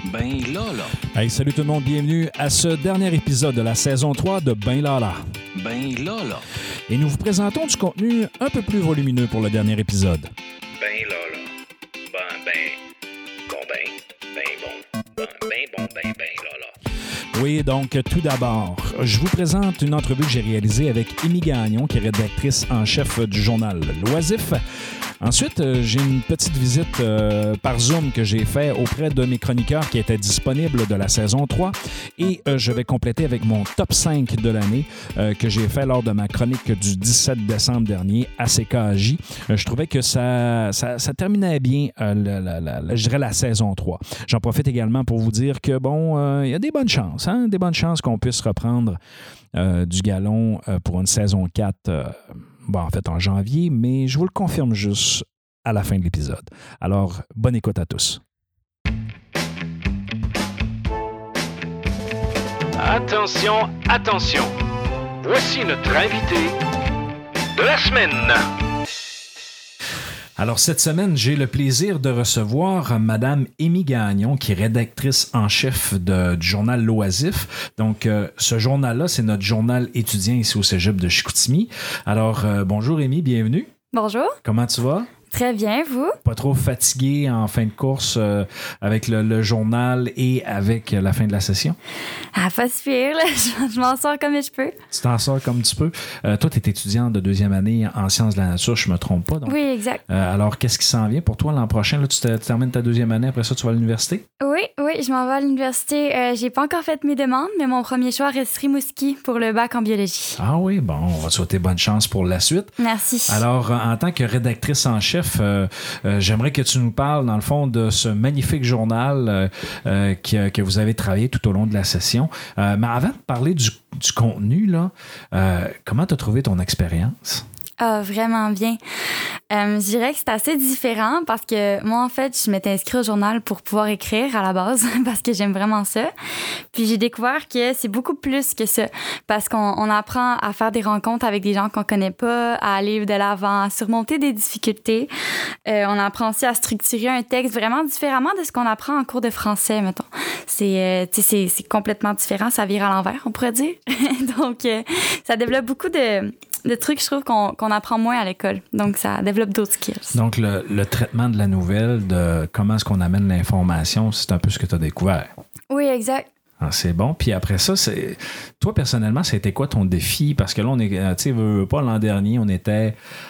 Ben Lala. Hey, salut tout le monde, bienvenue à ce dernier épisode de la saison 3 de Ben Lala. Ben Lala. Et nous vous présentons du contenu un peu plus volumineux pour le dernier épisode. Ben Lala. Ben Lala. Oui, donc tout d'abord, je vous présente une entrevue que j'ai réalisée avec Amy Gagnon, qui est rédactrice en chef du journal L'Oisif. Ensuite, j'ai une petite visite par Zoom que j'ai fait auprès de mes chroniqueurs qui étaient disponibles de la saison 3 et je vais compléter avec mon top 5 de l'année que j'ai fait lors de ma chronique du 17 décembre dernier à CKJ. Je trouvais que ça terminait bien, je dirais, la saison 3. J'en profite également pour vous dire que, bon, il y a des bonnes chances, des bonnes chances qu'on puisse reprendre du galon pour une saison 4 en fait, en janvier, mais je vous le confirme juste à la fin de l'épisode. Alors, bonne écoute à tous. Attention, attention. Voici notre invité de la semaine. Alors, cette semaine, j'ai le plaisir de recevoir Madame Amy Gagnon, qui est rédactrice en chef du journal L'Oisif. Donc, ce journal-là, c'est notre journal étudiant ici au Cégep de Chicoutimi. Alors, bonjour Amy, bienvenue. Bonjour. Comment tu vas? Très bien, vous? Pas trop fatigué en fin de course avec le journal et avec la fin de la session? Ah, pas si pire, là. Je m'en sors comme je peux. Tu t'en sors comme tu peux. Toi, tu es étudiante de deuxième année en sciences de la nature, je me trompe pas. Donc. Oui, exact. Alors, qu'est-ce qui s'en vient pour toi l'an prochain? Là, tu termines ta deuxième année, après ça, tu vas à l'université? Oui, je m'en vais à l'université. J'ai pas encore fait mes demandes, mais mon premier choix reste Rimouski pour le bac en biologie. Ah oui, bon, on va te souhaiter bonne chance pour la suite. Merci. Alors, en tant que rédactrice en chef, j'aimerais que tu nous parles, dans le fond, de ce magnifique journal que vous avez travaillé tout au long de la session. Mais avant de parler du contenu, là, comment tu as trouvé ton expérience? Ah, vraiment bien. Je dirais que c'est assez différent parce que moi, en fait, je m'étais inscrite au journal pour pouvoir écrire à la base parce que j'aime vraiment ça. Puis j'ai découvert que c'est beaucoup plus que ça parce qu'on apprend à faire des rencontres avec des gens qu'on connaît pas, à aller de l'avant, à surmonter des difficultés. On apprend aussi à structurer un texte vraiment différemment de ce qu'on apprend en cours de français, mettons. C'est complètement différent, ça vire à l'envers, on pourrait dire. Donc, ça développe beaucoup de trucs, je trouve, qu'on apprend moins à l'école. Donc, ça développe d'autres skills. Donc, le traitement de la nouvelle, de comment est-ce qu'on amène l'information, c'est un peu ce que tu as découvert. Oui, exact. Ah, c'est bon. Puis après ça, toi, personnellement, c'était quoi ton défi? Parce que là, on est, tu sais, pas l'an dernier, on était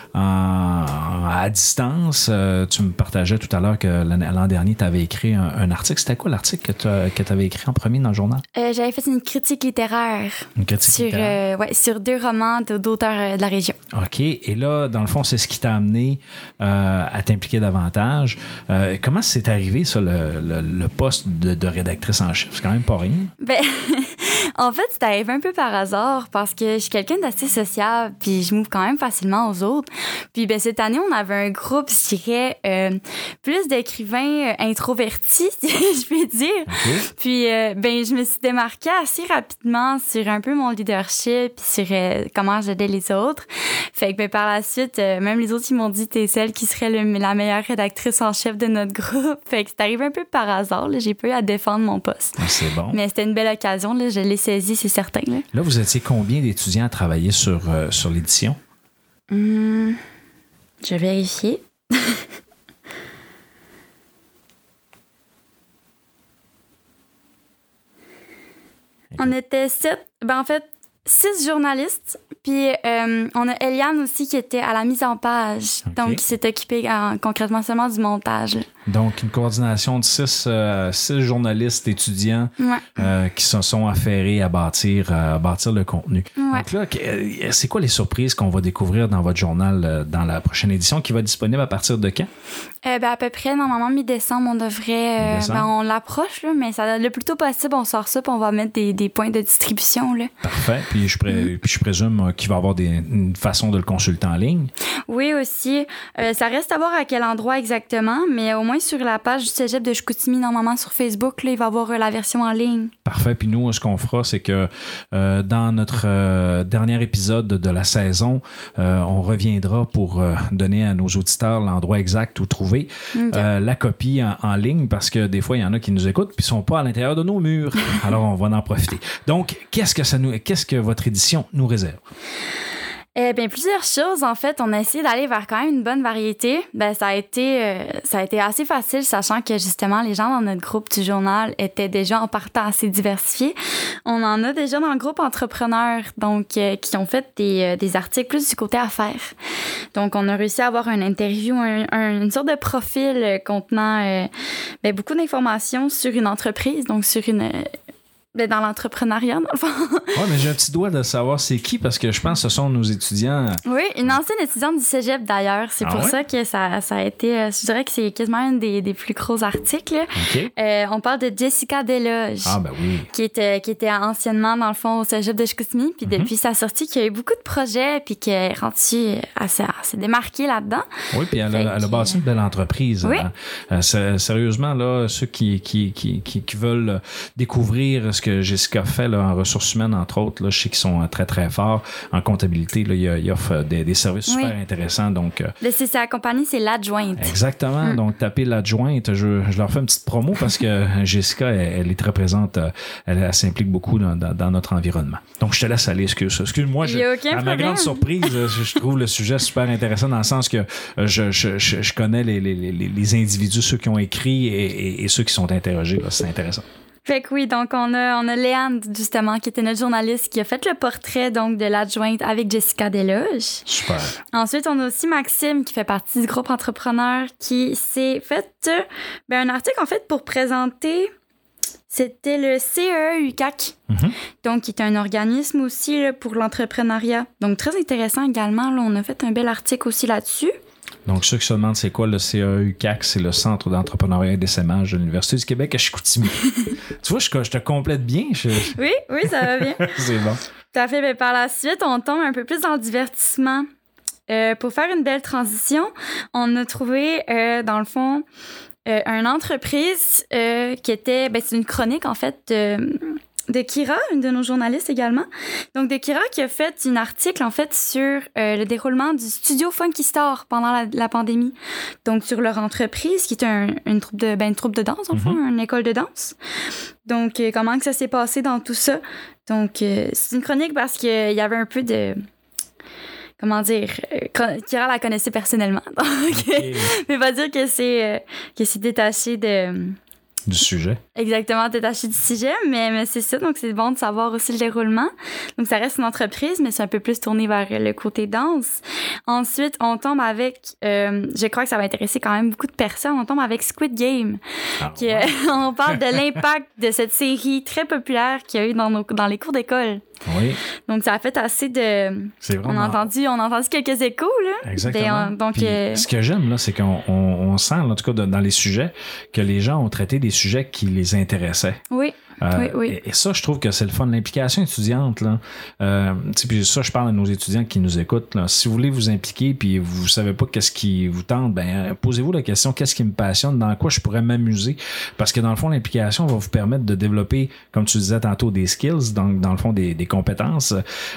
à distance. Tu me partageais tout à l'heure que l'an dernier, tu avais écrit un article. C'était quoi l'article que tu avais écrit en premier dans le journal? J'avais fait une critique littéraire. Une critique littéraire? Sur 2 romans d'auteurs de la région. OK. Et là, dans le fond, c'est ce qui t'a amené à t'impliquer davantage. Comment c'est arrivé, ça, le poste de rédactrice en chef? C'est quand même pas rien. Ben, en fait, c'est arrivé un peu par hasard parce que je suis quelqu'un d'assez sociable puis je m'ouvre quand même facilement aux autres. Puis ben, cette année, on avait un groupe, je dirais, plus d'écrivains introvertis, si je puis dire. Okay. Puis ben, je me suis démarquée assez rapidement sur un peu mon leadership puis sur comment j'aidais les autres. Fait que ben, par la suite, même les autres, ils m'ont dit « T'es celle qui serait la meilleure rédactrice en chef de notre groupe. » Fait que c'est arrivé un peu par hasard. Là. J'ai pas eu à défendre mon poste. Ah, c'est bon. Mais c'était une belle occasion. Là. Je l'ai saisi, c'est certain. Là, vous étiez combien d'étudiants à travailler sur l'édition? Je vais vérifier. On était 7. Ben, en fait, 6 journalistes. Puis, on a Eliane aussi qui était à la mise en page. Okay. Donc, qui s'est occupée concrètement seulement du montage. Là. Donc, une coordination de 6 journalistes étudiants qui se sont affairés à bâtir le contenu. Ouais. Donc là, c'est quoi les surprises qu'on va découvrir dans votre journal dans la prochaine édition qui va être disponible à partir de quand? Ben, à peu près, normalement, mi-décembre, on devrait... on l'approche, là, mais le plus tôt possible, on sort ça puis on va mettre des points de distribution. Là. Parfait. Puis je présume qu'il va y avoir une façon de le consulter en ligne. Oui, aussi. Ça reste à voir à quel endroit exactement, mais au moins sur la page du Cégep de Chicoutimi, normalement sur Facebook, là, il va y avoir la version en ligne. Parfait. Puis nous, ce qu'on fera, c'est que dans notre dernier épisode de la saison, on reviendra pour donner à nos auditeurs l'endroit exact où trouver la copie en ligne, parce que des fois, il y en a qui nous écoutent puis ne sont pas à l'intérieur de nos murs. Alors, on va en profiter. Donc, qu'est-ce que votre édition nous réserve? Bien, plusieurs choses. En fait, on a essayé d'aller vers quand même une bonne variété. Ben, ça a été assez facile, sachant que justement, les gens dans notre groupe du journal étaient déjà en partant assez diversifiés. On en a déjà dans le groupe entrepreneurs, donc qui ont fait des articles plus du côté affaires. Donc, on a réussi à avoir une interview, une sorte de profil contenant beaucoup d'informations sur une entreprise, donc sur dans l'entrepreneuriat, dans le fond. Oui, mais j'ai un petit doigt de savoir c'est qui, parce que je pense que ce sont nos étudiants. Oui, une ancienne étudiante du Cégep, d'ailleurs. C'est pour ça que ça a été... je dirais que c'est quasiment un des plus gros articles. OK. On parle de Jessica Desloges. Ah, ben oui. Qui était anciennement, dans le fond, au Cégep de Chicoutimi. Puis depuis sa sortie, qui a eu beaucoup de projets, puis qui est rendue... Elle s'est démarquée là-dedans. Oui, puis elle a bâti une belle entreprise. Oui. Sérieusement, là, ceux qui veulent découvrir ce que Jessica fait là, en ressources humaines, entre autres, là, je sais qu'ils sont très, très forts. En comptabilité, là, ils offrent des services super intéressants. Donc, c'est sa compagnie, c'est l'Adjointe. Exactement. Donc, tapez l'Adjointe. Je leur fais une petite promo parce que Jessica, elle est très présente. Elle s'implique beaucoup dans notre environnement. Donc, je te laisse aller. Excuse-moi. À ma grande surprise, je trouve le sujet super intéressant dans le sens que je connais les individus, ceux qui ont écrit et ceux qui sont interrogés. Là, c'est intéressant. Fait que oui, donc on a Léane, justement, qui était notre journaliste, qui a fait le portrait donc de l'Adjointe avec Jessica Desloges. Super. Ensuite, on a aussi Maxime, qui fait partie du groupe entrepreneur, qui s'est fait un article, en fait, pour présenter... C'était le CEE-UQAC, donc qui est un organisme aussi là, pour l'entrepreneuriat. Donc, très intéressant également. Là, on a fait un bel article aussi là-dessus. Donc, ceux qui se demandent c'est quoi le CEE-UQAC, c'est le Centre d'entrepreneuriat et d'essaimage de l'Université du Québec à Chicoutimi. Tu vois, je te complète bien. Oui, ça va bien. C'est bon. Tout à fait. Mais par la suite, on tombe un peu plus dans le divertissement. Pour faire une belle transition, on a trouvé, dans le fond, une entreprise qui était... c'est une chronique, en fait, de Kira, une de nos journalistes également. Donc, de Kira qui a fait un article, en fait, sur le déroulement du studio Funky Star pendant la pandémie. Donc, sur leur entreprise, qui est une troupe de danse, en fond, une école de danse. Donc, comment que ça s'est passé dans tout ça. Donc, c'est une chronique parce qu'il y avait un peu de... Comment dire, Kira la connaissait personnellement. Donc, mais pas dire que c'est détaché du sujet. Exactement, détaché du sujet, mais c'est ça, donc c'est bon de savoir aussi le déroulement. Donc ça reste une entreprise, mais c'est un peu plus tourné vers le côté danse. Ensuite, on tombe avec, je crois que ça va intéresser quand même beaucoup de personnes, on tombe avec Squid Game. On parle de l'impact de cette série très populaire qu'il y a eu dans les cours d'école. Oui. Donc, ça a fait assez de... C'est vraiment... On a entendu quelques échos, là. Exactement. Donc, ce que j'aime, là, c'est qu'on sent, en tout cas, dans les sujets, que les gens ont traité des sujets qui les intéressaient. Oui. Oui. Et ça, je trouve que c'est le fun. L'implication étudiante, là. Puis ça, je parle à nos étudiants qui nous écoutent. Là. Si vous voulez vous impliquer puis vous savez pas qu'est-ce qui vous tente, posez-vous la question, qu'est-ce qui me passionne, dans quoi je pourrais m'amuser. Parce que dans le fond, l'implication va vous permettre de développer, comme tu disais tantôt, des skills, donc dans le fond, des compétences,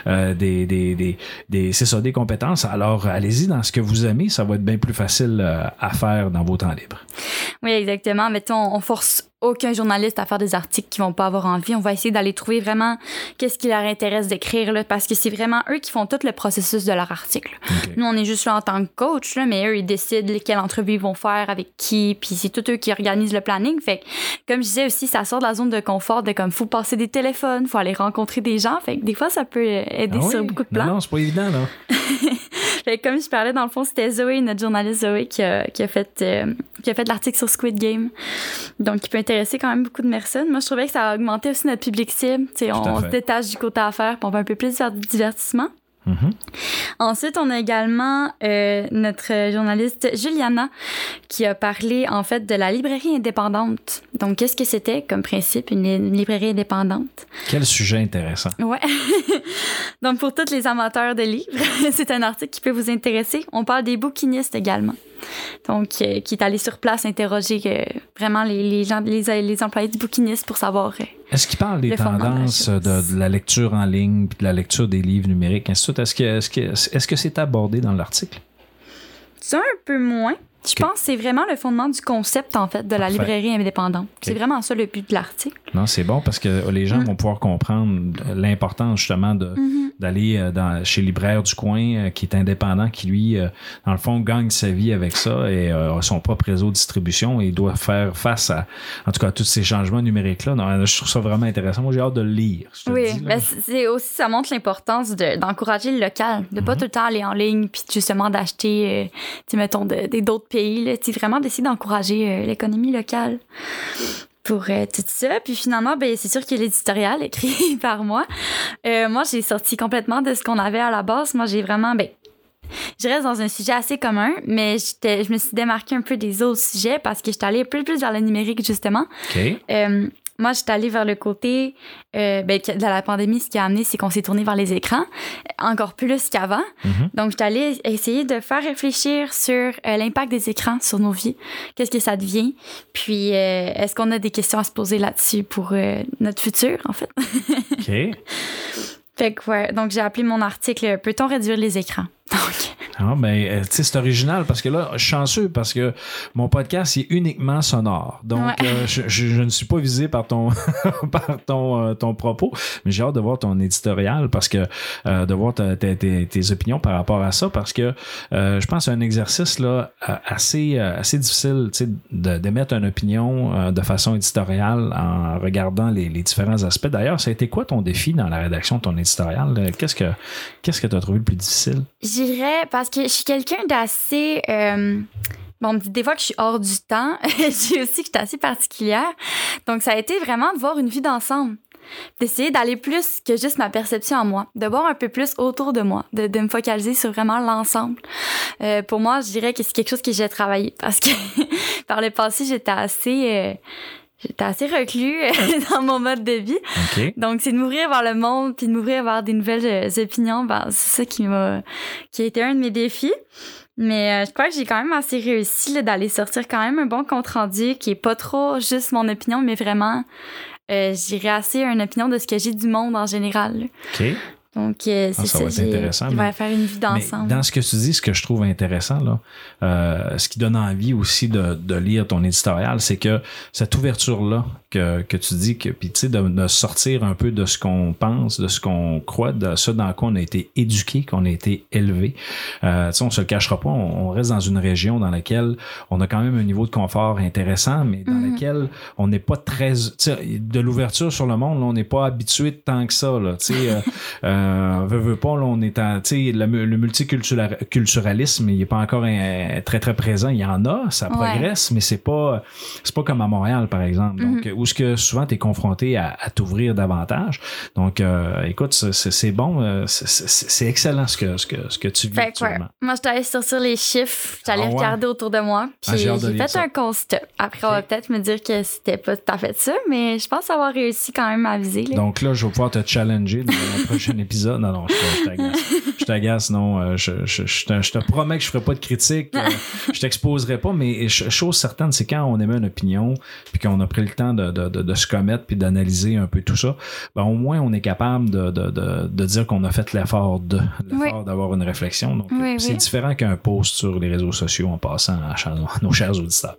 c'est ça, des compétences. Alors, allez-y dans ce que vous aimez, ça va être bien plus facile à faire dans vos temps libres. Oui, exactement. Mais on force aucun journaliste à faire des articles qu'ils vont pas avoir envie. On va essayer d'aller trouver vraiment qu'est-ce qui leur intéresse d'écrire, là, parce que c'est vraiment eux qui font tout le processus de leur article. Okay. Nous, on est juste là en tant que coach, là, mais eux, ils décident quelle entrevue ils vont faire, avec qui, puis c'est tout eux qui organisent le planning. Fait que, comme je disais aussi, ça sort de la zone de confort de comme, faut passer des téléphones, faut aller rencontrer des gens. Fait que des fois, ça peut aider sur beaucoup de plans. Non, c'est pas évident, là. Fait que, comme je parlais, dans le fond, c'était Zoé, notre journaliste Zoé, qui a fait l'article sur Squid Game. Donc, qui peut intéresser quand même beaucoup de personnes. Moi, je trouvais que ça a augmenté aussi notre public cible. On se détache du côté affaires, puis on va un peu plus vers du divertissement. Ensuite, on a également notre journaliste Juliana qui a parlé en fait de la librairie indépendante. Donc, qu'est-ce que c'était comme principe, une librairie indépendante? Quel sujet intéressant. Ouais. Donc, pour tous les amateurs de livres, c'est un article qui peut vous intéresser. On parle des bouquinistes également. Donc, qui est allé sur place interroger vraiment les gens, les employés du bouquiniste pour savoir. Est-ce qu'il parle des tendances de la lecture en ligne puis de la lecture des livres numériques, ainsi de suite? Est-ce que c'est abordé dans l'article? C'est un peu moins. Je pense que c'est vraiment le fondement du concept, en fait, de la librairie indépendante. C'est vraiment ça le but de l'article. Non, c'est bon parce que les gens vont pouvoir comprendre l'importance, justement, d'aller chez le libraire du coin qui est indépendant, qui, lui, dans le fond, gagne sa vie avec ça et a son propre réseau de distribution et doit faire face à, en tout cas, à tous ces changements numériques-là. Non, je trouve ça vraiment intéressant. Moi, j'ai hâte de le lire. Oui, mais c'est aussi, ça montre l'importance d'encourager le local, de pas tout le temps aller en ligne puis justement d'acheter, mettons, d'autres pays, là, vraiment d'essayer d'encourager l'économie locale pour tout ça. Puis finalement, ben, c'est sûr qu'il y a l'éditorial écrit par moi. Moi, j'ai sorti complètement de ce qu'on avait à la base. Moi, j'ai vraiment... je reste dans un sujet assez commun, mais je me suis démarquée un peu des autres sujets parce que j'étais allée plus vers le numérique, justement. OK. Moi, j'étais allée vers le côté de la pandémie. Ce qui a amené, c'est qu'on s'est tourné vers les écrans, encore plus qu'avant. Donc, j'étais allée essayer de faire réfléchir sur l'impact des écrans sur nos vies. Qu'est-ce que ça devient? Puis, est-ce qu'on a des questions à se poser là-dessus pour notre futur, en fait? OK. Fait que, ouais, donc j'ai appelé mon article « Peut-on réduire les écrans? » Donc... Ah, ben, tu sais, c'est original parce que là, je suis chanceux parce que mon podcast est uniquement sonore. Donc, ouais. Je ne suis pas visé par ton ton propos, mais j'ai hâte de voir ton éditorial parce que de voir tes opinions par rapport à ça parce que je pense que c'est un exercice là assez difficile, tu sais, d'émettre une opinion de façon éditoriale en regardant les différents aspects. D'ailleurs, ça a été quoi ton défi dans la rédaction de ton éditorial? Qu'est-ce que tu as trouvé le plus difficile? J'irais parce que je suis quelqu'un d'assez... on me dit des fois que je suis hors du temps. Je dis aussi que je suis assez particulière. Donc, ça a été vraiment de voir une vie d'ensemble. D'essayer d'aller plus que juste ma perception à moi. De voir un peu plus autour de moi. De me focaliser sur vraiment l'ensemble. Pour moi, je dirais que c'est quelque chose que j'ai travaillé. Parce que par le passé, j'étais assez reclus dans mon mode de vie. Okay. Donc, c'est de m'ouvrir vers le monde puis de m'ouvrir vers des nouvelles opinions. C'est ça qui a été un de mes défis. Mais je crois que j'ai quand même assez réussi là, d'aller sortir quand même un bon compte-rendu qui est pas trop juste mon opinion, mais vraiment, je dirais assez une opinion de ce que j'ai du monde en général. Là. OK. Donc, c'est ça. Ça va être intéressant. Il va faire une vie d'ensemble. Dans ce que tu dis, ce que je trouve intéressant, là, ce qui donne envie aussi de lire ton éditorial, c'est que cette ouverture-là que tu dis, puis tu sais, de sortir un peu de ce qu'on pense, de ce qu'on croit, de ce dans quoi on a été éduqué, qu'on a été élevé. Tu sais, on se le cachera pas, on reste dans une région dans laquelle on a quand même un niveau de confort intéressant, mais dans laquelle on n'est pas très... Tu sais, de l'ouverture sur le monde, là, on n'est pas habitué de tant que ça, là. Tu sais, veut pas, là, on est en... Tu sais, le multiculturalisme, il n'est pas encore très, très présent. Il y en a, ça progresse, mais c'est pas comme à Montréal, par exemple. Donc, où est-ce que souvent tu es confronté à t'ouvrir davantage. Donc, écoute, c'est bon. C'est excellent ce que tu vis actuellement. Moi, je t'allais sortir les chiffres. J'allais regarder autour de moi. Puis j'ai fait un constat. Après, on va peut-être me dire que c'était pas tout à fait ça, mais je pense avoir réussi quand même à viser. Là. Donc là, je vais pouvoir te challenger dans le prochain épisode. Non, je t'agace. Non, je te promets que je ferai pas de critique. Je t'exposerai pas, mais chose certaine, c'est quand on émet une opinion puis qu'on a pris le temps de se commettre puis d'analyser un peu tout ça, ben au moins on est capable de dire qu'on a fait l'effort d'avoir une réflexion. Donc, c'est différent qu'un post sur les réseaux sociaux en passant à nos chers auditeurs.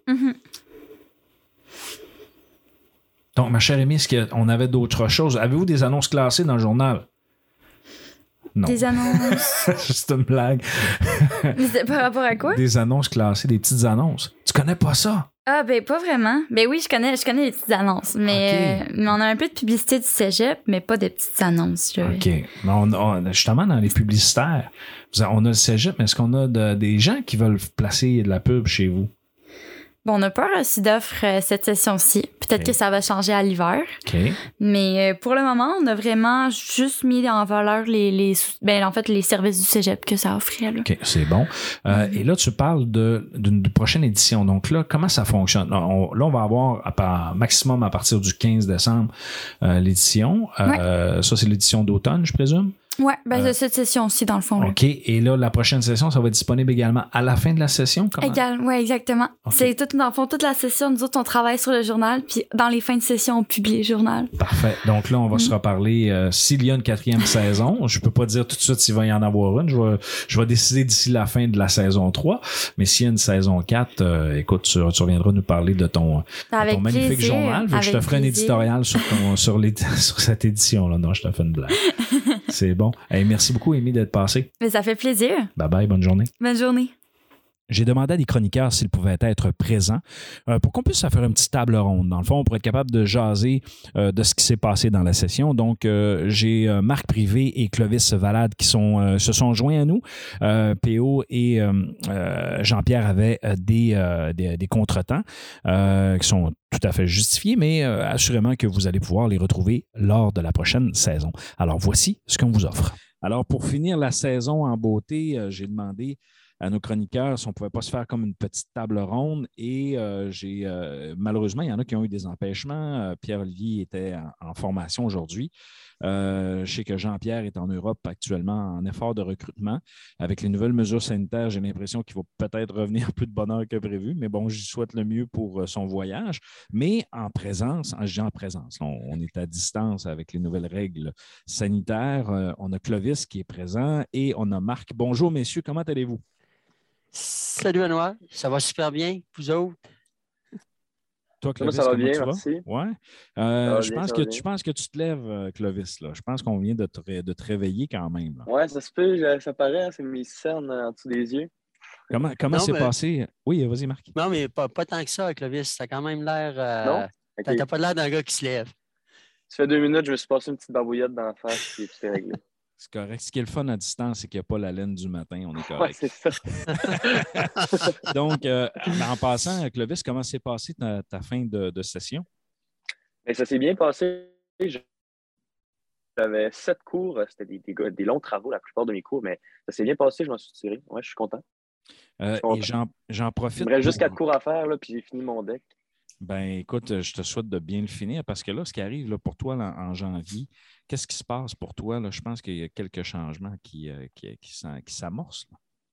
Donc, ma chère Amy, est-ce qu'on avait d'autres choses? Avez-vous des annonces classées dans le journal? Non. Des annonces? C'est une blague. Mais c'est par rapport à quoi? Des annonces classées, des petites annonces. Tu connais pas ça? Ah, ben pas vraiment. Ben oui, je connais les petites annonces. Mais, mais on a un peu de publicité du cégep, mais pas de petites annonces. Là. OK. Mais justement, dans les publicitaires, on a le cégep, mais est-ce qu'on a des gens qui veulent placer de la pub chez vous? Bon, on n'a pas reçu d'offre cette session-ci. Peut-être que ça va changer à l'hiver. OK. Mais pour le moment, on a vraiment juste mis en valeur les services du cégep que ça offrait. Là. OK, c'est bon. Et là, tu parles d'une prochaine édition. Donc là, comment ça fonctionne? Là, on va avoir maximum à partir du 15 décembre l'édition. Ça, c'est l'édition d'automne, je présume? Oui, c'est cette session-ci, dans le fond. Là. OK. Et là, la prochaine session, ça va être disponible également à la fin de la session? Oui, exactement. Okay. C'est tout, dans le fond, toute la session. Nous autres, on travaille sur le journal, puis dans les fins de session, on publie le journal. Parfait. Donc là, on va se reparler s'il y a une 4e saison. Je peux pas dire tout de suite s'il va y en avoir une. Je vais décider d'ici la fin de la saison 3. Mais s'il y a une saison 4, écoute, tu reviendras nous parler de ton magnifique journal. Je te ferai un éditorial sur cette édition-là. Non, je te fais une blague. C'est bon. Hey, merci beaucoup, Amy, d'être passée. Mais ça fait plaisir. Bye-bye, bonne journée. Bonne journée. J'ai demandé à des chroniqueurs s'ils pouvaient être présents pour qu'on puisse faire une petite table ronde. Dans le fond, on pourrait être capable de jaser de ce qui s'est passé dans la session. Donc, j'ai Marc Privé et Clovis Valade qui se sont joints à nous. PO et Jean-Pierre avaient des contretemps qui sont tout à fait justifiés, mais assurément que vous allez pouvoir les retrouver lors de la prochaine saison. Alors, voici ce qu'on vous offre. Alors, pour finir la saison en beauté, j'ai demandé à nos chroniqueurs si on ne pouvait pas se faire comme une petite table ronde et malheureusement, il y en a qui ont eu des empêchements. Pierre-Olivier était en formation aujourd'hui. Je sais que Jean-Pierre est en Europe actuellement en effort de recrutement. Avec les nouvelles mesures sanitaires, j'ai l'impression qu'il va peut-être revenir plus de bonne heure que prévu, mais bon, j'y souhaite le mieux pour son voyage. Mais en présence, je dis en présence, on est à distance avec les nouvelles règles sanitaires. On a Clovis qui est présent et on a Marc. Bonjour messieurs, comment allez-vous? Salut Benoît, ça va super bien, vous autres? Toi, Clovis, ça va comment bien, tu merci. vas? Ouais. Je pense que tu te lèves, Clovis. Là. Je pense qu'on vient de te réveiller quand même. Oui, ça se peut, ça paraît, c'est mes cernes en dessous des yeux. Comment c'est passé? Oui, vas-y, Marc. Non, mais pas tant que ça, Clovis. T'as quand même l'air... Non? Okay. T'as pas l'air d'un gars qui se lève. Ça fait 2 minutes, je me suis passé une petite barbouillette dans la face et tout est réglé. C'est correct. Ce qui est le fun à distance, c'est qu'il n'y a pas la laine du matin. On est correct. Oui, c'est ça. Donc, en passant, Clovis, comment s'est passée ta fin de session? Bien, ça s'est bien passé. J'avais 7 cours. C'était des longs travaux, la plupart de mes cours, mais ça s'est bien passé. Je m'en suis tiré. Oui, je suis content. Et j'en profite. Il me reste juste 4 cours à faire, là, puis j'ai fini mon deck. Ben, écoute, je te souhaite de bien le finir parce que là, ce qui arrive là, pour toi là, en janvier, qu'est-ce qui se passe pour toi? Là? Je pense qu'il y a quelques changements qui s'amorcent.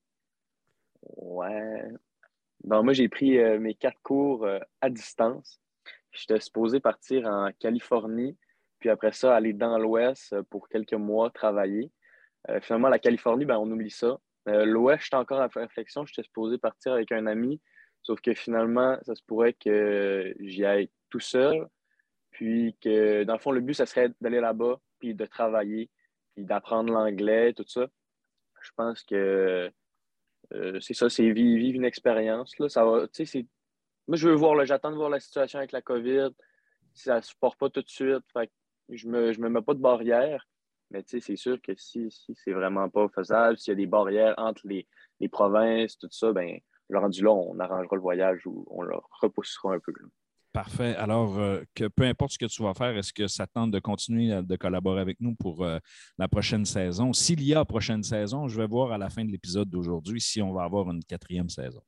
Ouais. Bon, moi, j'ai pris mes 4 cours à distance. J'étais supposé partir en Californie, puis après ça, aller dans l'Ouest pour quelques mois travailler. Finalement, la Californie, ben, on oublie ça. L'Ouest, j'étais encore en réflexion. J'étais supposé partir avec un ami. Sauf que finalement, ça se pourrait que j'y aille tout seul. Puis que, dans le fond, le but, ça serait d'aller là-bas, puis de travailler, puis d'apprendre l'anglais, tout ça. Je pense que c'est ça, c'est vivre une expérience. Là. Ça va, moi, j'attends de voir la situation avec la COVID. Si ça ne se porte pas tout de suite, fait que je me mets pas de barrière. Mais c'est sûr que si c'est vraiment pas faisable, s'il y a des barrières entre les provinces, tout ça, ben le rendu là, on arrangera le voyage ou on le repoussera un peu. Parfait. Alors, que peu importe ce que tu vas faire, est-ce que ça tente de continuer de collaborer avec nous pour la prochaine saison? S'il y a prochaine saison, je vais voir à la fin de l'épisode d'aujourd'hui si on va avoir une 4e saison.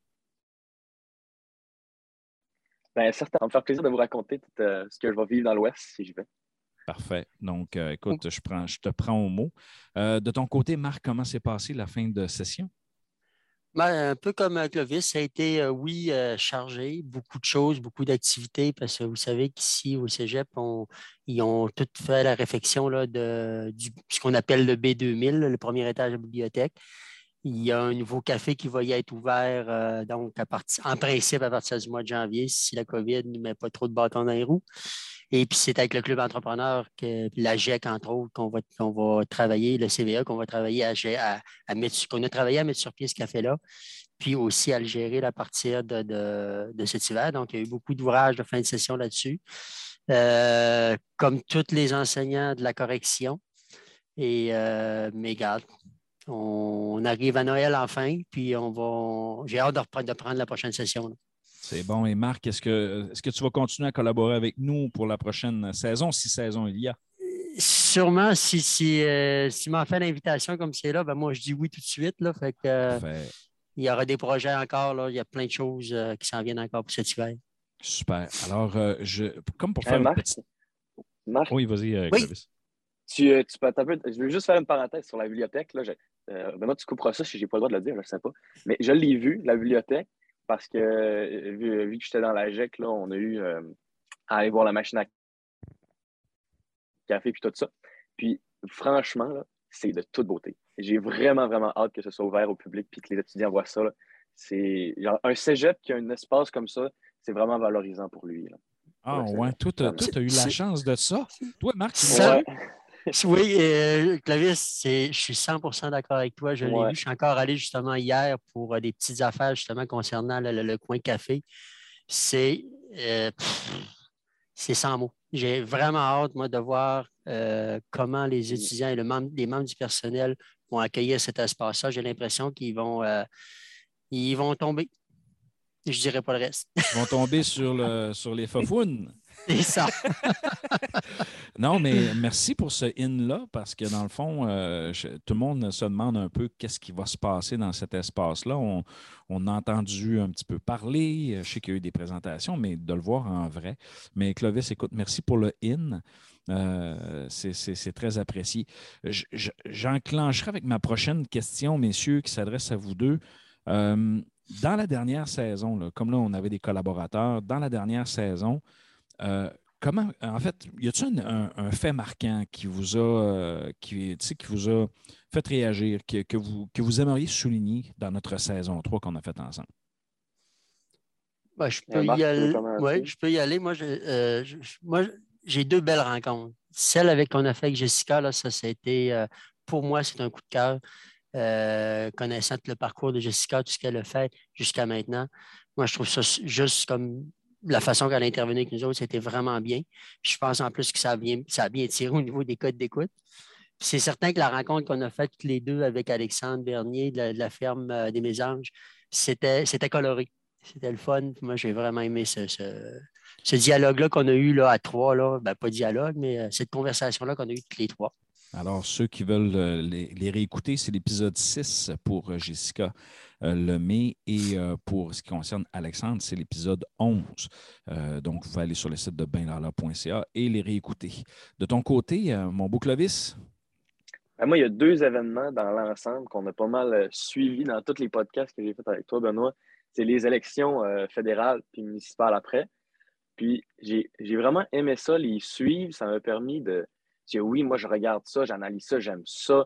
Bien, certain. Ça va me faire plaisir de vous raconter tout ce que je vais vivre dans l'Ouest si je vais. Parfait. Donc, écoute, je te prends au mot. De ton côté, Marc, comment s'est passée la fin de session? Ben, un peu comme Clovis, ça a été, chargé, beaucoup de choses, beaucoup d'activités, parce que vous savez qu'ici, au Cégep, ils ont tout fait la réfection là, ce qu'on appelle le B2000, le premier étage de la bibliothèque. Il y a un nouveau café qui va y être ouvert, donc en principe à partir du mois de janvier, si la COVID ne met pas trop de bâtons dans les roues. Et puis, c'est avec le club entrepreneur, la GEC, entre autres, qu'on va travailler, le CVA, qu'on va travailler qu'on a travaillé à mettre sur pied ce café-là, puis aussi à le gérer à partir de cet hiver. Donc, il y a eu beaucoup d'ouvrages de fin de session là-dessus, comme tous les enseignants de la correction. Mais regarde, on arrive à Noël enfin, puis j'ai hâte de prendre la prochaine session. Là. C'est bon. Et Marc, est-ce que tu vas continuer à collaborer avec nous pour la prochaine saison, si saison il y a? Sûrement, si m'en fait l'invitation comme c'est là, ben moi, je dis oui tout de suite. Là, fait que, Parfait. il y aura des projets encore. Là, il y a plein de choses qui s'en viennent encore pour cet hiver. Super. Alors, comme pour Hey, faire une Marc, petite... Marc, Oui, vas-y, Oui. Clovis. tu peux je veux juste faire une parenthèse sur la bibliothèque. Là, Benoît, tu couperas ça si j'ai pas le droit de le dire, je ne sais pas. Mais je l'ai vu, la bibliothèque, parce que vu que j'étais dans la GEC, là, on a eu à aller voir la machine à café puis tout ça. Puis franchement, là, c'est de toute beauté. J'ai vraiment, vraiment hâte que ce soit ouvert au public puis que les étudiants voient ça. Là. C'est genre un cégep qui a un espace comme ça, c'est vraiment valorisant pour lui. Là. Ah, Pour le ouais. cégep, Toi, vraiment. tu as eu la chance de ça. Toi, Marc, tu Ça- l'as Ouais, Oui, Clovis, je suis 100% d'accord avec toi. Je l'ai ouais. vu. Je suis encore allé justement hier pour des petites affaires justement concernant le coin café. C'est euh, pff, c'est sans mots. J'ai vraiment hâte, moi, de voir comment les étudiants et les membres du personnel vont accueillir cet espace-là. J'ai l'impression ils vont tomber. Je dirais pas le reste. Ils vont tomber sur les fafounes. C'est ça. Non, mais merci pour ce in-là, parce que dans le fond, tout le monde se demande un peu qu'est-ce qui va se passer dans cet espace-là. On a entendu un petit peu parler, je sais qu'il y a eu des présentations, mais de le voir en vrai. Mais Clovis, écoute, merci pour le in. C'est très apprécié. J'enclencherai avec ma prochaine question, messieurs, qui s'adresse à vous deux. Dans la dernière saison, là, comme là, on avait des collaborateurs, dans la dernière saison, comment, en fait, y a-t-il un fait marquant qui vous a, qui vous a fait réagir, que vous aimeriez souligner dans notre saison 3 qu'on a faite ensemble? Ben, je peux Marc, y tu veux aller. commencer? Ouais, je peux y aller. Moi, j'ai deux belles rencontres. Celle avec qu'on a fait avec Jessica, là, ça a été, pour moi, c'est un coup de cœur. Connaissant tout le parcours de Jessica, tout ce qu'elle a fait jusqu'à maintenant. Moi, je trouve ça juste comme la façon qu'elle a intervenu avec nous autres, c'était vraiment bien. Puis je pense en plus que ça a bien tiré au niveau des codes d'écoute. Puis c'est certain que la rencontre qu'on a faite tous les deux avec Alexandre Bernier de la ferme des Mésanges, c'était coloré. C'était le fun. Moi, j'ai vraiment aimé ce dialogue-là qu'on a eu là, à trois. Là. Ben, pas dialogue, mais cette conversation-là qu'on a eue tous les trois. Alors, ceux qui veulent les réécouter, c'est l'épisode 6 pour Jessica Lemay et pour ce qui concerne Alexandre, c'est l'épisode 11. Donc, vous pouvez aller sur le site de benlala.ca et les réécouter. De ton côté, mon beau Clovis? Ben, moi, il y a deux événements dans l'ensemble qu'on a pas mal suivis dans tous les podcasts que j'ai fait avec toi, Benoît. C'est les élections fédérales puis municipales après. Puis j'ai vraiment aimé ça, les suivre. Ça m'a permis de dire oui, moi, je regarde ça, j'analyse ça, j'aime ça,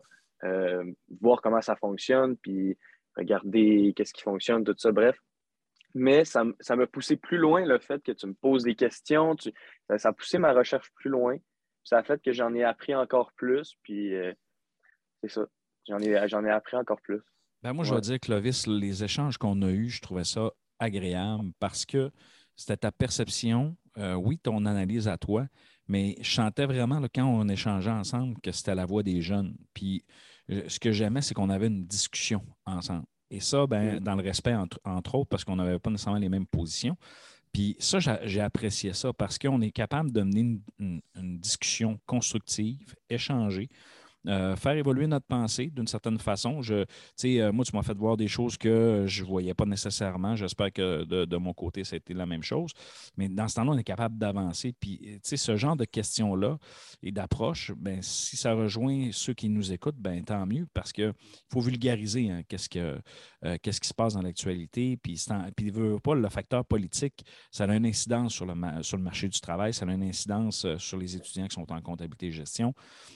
voir comment ça fonctionne, puis regarder qu'est-ce qui fonctionne, tout ça, bref. Mais ça m'a poussé plus loin le fait que tu me poses des questions. Ça a poussé ma recherche plus loin. Ça a fait que j'en ai appris encore plus. Puis c'est ça. J'en ai appris encore plus. Ben moi, je vais dire, Clovis, les échanges qu'on a eus, je trouvais ça agréable parce que c'était ta perception, oui, ton analyse à toi, mais je sentais vraiment, là, quand on échangeait ensemble, que c'était la voix des jeunes. Puis ce que j'aimais, c'est qu'on avait une discussion ensemble. Et ça, ben, dans le respect, entre autres, parce qu'on n'avait pas nécessairement les mêmes positions. Puis ça, j'ai apprécié ça parce qu'on est capable de mener une discussion constructive, échanger, faire évoluer notre pensée d'une certaine façon. Moi, tu m'as fait voir des choses que je ne voyais pas nécessairement. J'espère que de mon côté, ça a été la même chose. Mais dans ce temps-là, on est capable d'avancer. Puis, ce genre de questions-là et d'approche, ben, si ça rejoint ceux qui nous écoutent, ben, tant mieux parce qu'il faut vulgariser qu'est-ce qui se passe dans l'actualité. Puis, pas le facteur politique, ça a une incidence sur le marché du travail, ça a une incidence sur les étudiants qui sont en comptabilité et gestion.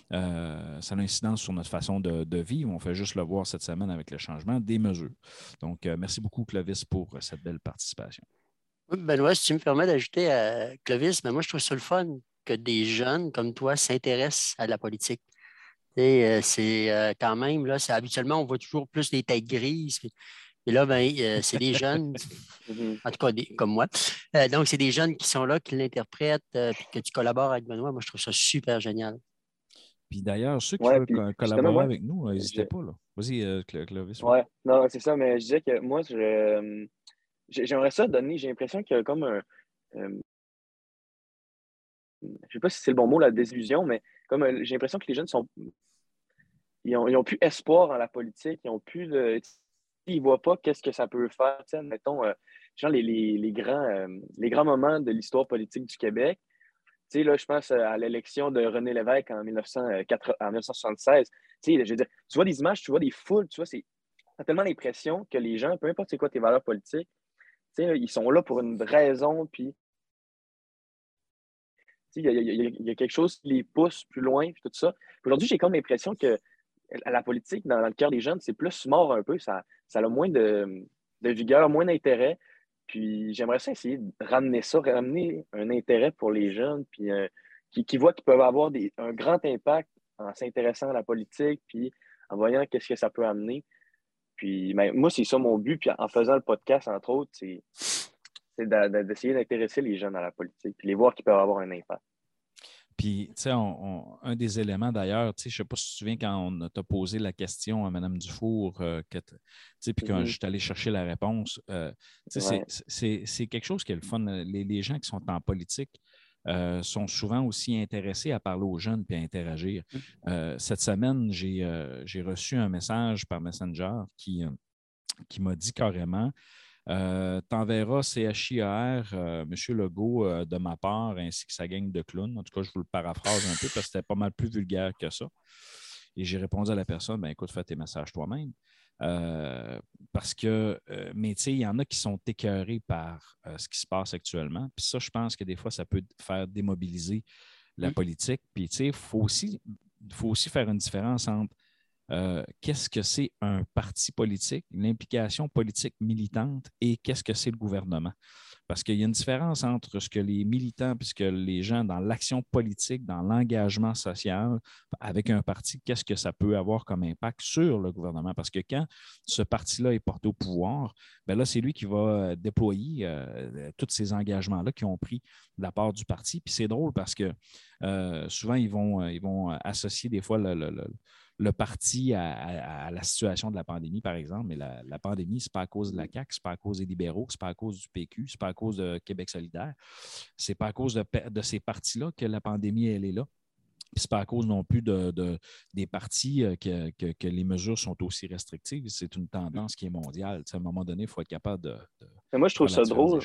Ça a une incidence sur notre façon de vivre. On fait juste le voir cette semaine avec le changement des mesures. Donc, merci beaucoup, Clovis, pour cette belle participation. Oui, Benoît, si tu me permets d'ajouter à Clovis, mais moi, je trouve ça le fun que des jeunes comme toi s'intéressent à la politique. C'est quand même, là, habituellement, on voit toujours plus des têtes grises. Et là, ben, c'est des jeunes, en tout cas comme moi. Donc, c'est des jeunes qui sont là, qui l'interprètent, puis que tu collabores avec Benoît. Moi, je trouve ça super génial. Puis d'ailleurs, ceux qui Ouais, veulent puis collaborer moi, avec nous, n'hésitez pas. Là. Vas-y, Clovis. Ouais, non, c'est ça, mais je disais que moi, j'aimerais ça donner, j'ai l'impression qu'il y a comme un, je sais pas si c'est le bon mot, la désillusion, mais comme j'ai l'impression que les jeunes ils ont plus espoir en la politique, ils ont plus ils voient pas qu'est-ce que ça peut faire. Tu sais, mettons, genre les grands moments de l'histoire politique du Québec. Tu sais, là, je pense à l'élection de René Lévesque en 1976. Tu sais, je veux dire, tu vois des images, tu vois des foules, tu vois, t'as tellement l'impression que les gens, peu importe c'est quoi tes valeurs politiques, tu sais, ils sont là pour une raison, puis tu sais, il y a quelque chose qui les pousse plus loin, puis tout ça. Puis aujourd'hui, j'ai comme l'impression que la politique, dans le cœur des jeunes, c'est plus mort un peu. Ça a moins de vigueur, moins d'intérêt. Puis j'aimerais ça essayer de ramener ça, ramener un intérêt pour les jeunes, puis qui voient qu'ils peuvent avoir un grand impact en s'intéressant à la politique, puis en voyant qu'est-ce que ça peut amener. Puis ben, moi, c'est ça mon but. Puis en faisant le podcast, entre autres, d'essayer d'intéresser les jeunes à la politique, puis les voir qu'ils peuvent avoir un impact. Puis, tu sais, un des éléments d'ailleurs, tu sais, je ne sais pas si tu te souviens quand on t'a posé la question à Mme Dufour, puis quand je suis allé chercher la réponse, tu sais, c'est quelque chose qui est le fun. Les gens qui sont en politique sont souvent aussi intéressés à parler aux jeunes puis à interagir. Cette semaine, j'ai reçu un message par Messenger qui m'a dit carrément t'enverras CHIAR, M. Legault, de ma part, ainsi que sa gang de clowns. En tout cas, je vous le paraphrase un peu parce que c'était pas mal plus vulgaire que ça. Et j'ai répondu à la personne, ben écoute, fais tes messages toi-même. Parce que, mais tu sais, il y en a qui sont écœurés par ce qui se passe actuellement. Puis ça, je pense que des fois, ça peut faire démobiliser la politique. Puis tu sais, il faut aussi faire une différence entre qu'est-ce que c'est un parti politique, l'implication politique militante et qu'est-ce que c'est le gouvernement. Parce qu'il y a une différence entre ce que les militants, puisque les gens dans l'action politique, dans l'engagement social avec un parti, qu'est-ce que ça peut avoir comme impact sur le gouvernement. Parce que quand ce parti-là est porté au pouvoir, bien là, c'est lui qui va déployer tous ces engagements-là qui ont pris de la part du parti. Puis c'est drôle parce que souvent, ils vont associer des fois le parti à la situation de la pandémie, par exemple. Mais la pandémie, ce n'est pas à cause de la CAQ, ce n'est pas à cause des libéraux, ce n'est pas à cause du PQ, ce n'est pas à cause de Québec solidaire. Ce n'est pas à cause de ces partis-là que la pandémie, elle est là. Puis ce n'est pas à cause non plus des partis que les mesures sont aussi restrictives. C'est une tendance qui est mondiale. À un moment donné, il faut être capable de Mais moi, je trouve ça drôle.